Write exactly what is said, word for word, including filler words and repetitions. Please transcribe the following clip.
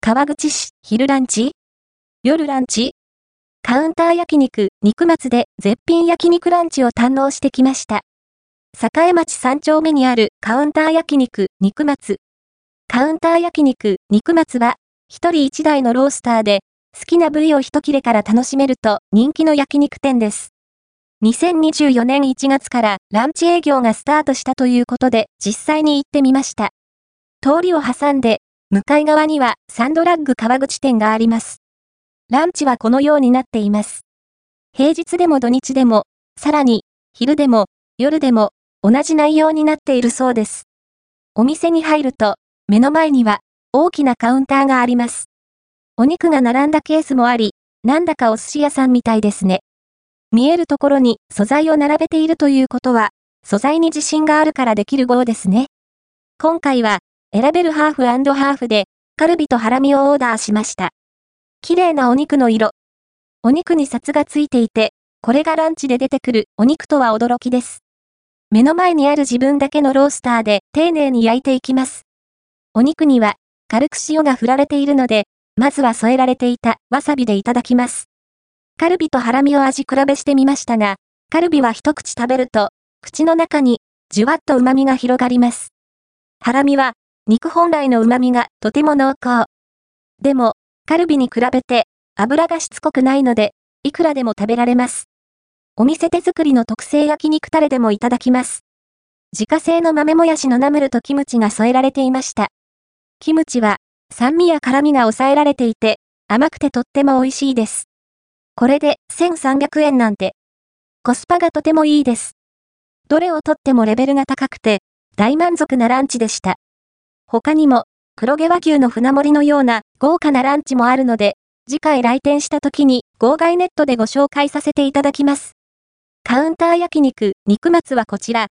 川口市、昼ランチ？夜ランチ？カウンター焼肉、肉松で絶品焼肉ランチを堪能してきました。栄町さん丁目にあるカウンター焼肉、肉松。カウンター焼肉、肉松は、一人一台のロースターで、好きな部位を一切れから楽しめると人気の焼肉店です。にせんにじゅうよねんいちがつからランチ営業がスタートしたということで実際に行ってみました。通りを挟んで、向かい側にはサンドラッグ川口店があります。ランチはこのようになっています。平日でも土日でも、さらに、昼でも、夜でも、同じ内容になっているそうです。お店に入ると、目の前には、大きなカウンターがあります。お肉が並んだケースもあり、なんだかお寿司屋さんみたいですね。見えるところに素材を並べているということは、素材に自信があるからできる号ですね。今回は、選べるハーフ&ハーフで、カルビとハラミをオーダーしました。綺麗なお肉の色。お肉に札がついていて、これがランチで出てくるお肉とは驚きです。目の前にある自分だけのロースターで丁寧に焼いていきます。お肉には軽く塩が振られているので、まずは添えられていたわさびでいただきます。カルビとハラミを味比べしてみましたが、カルビは一口食べると、口の中にじゅわっと旨味が広がります。ハラミは肉本来の旨味がとても濃厚。でも、カルビに比べて油がしつこくないので、いくらでも食べられます。お店手作りの特製焼肉タレでもいただきます。自家製の豆もやしのナムルとキムチが添えられていました。キムチは酸味や辛味が抑えられていて、甘くてとっても美味しいです。これでせんさんびゃくえんなんて、コスパがとてもいいです。どれをとってもレベルが高くて、大満足なランチでした。他にも、黒毛和牛の船盛りのような豪華なランチもあるので、次回来店した時に号外ネットでご紹介させていただきます。カウンター焼肉、肉松はこちら。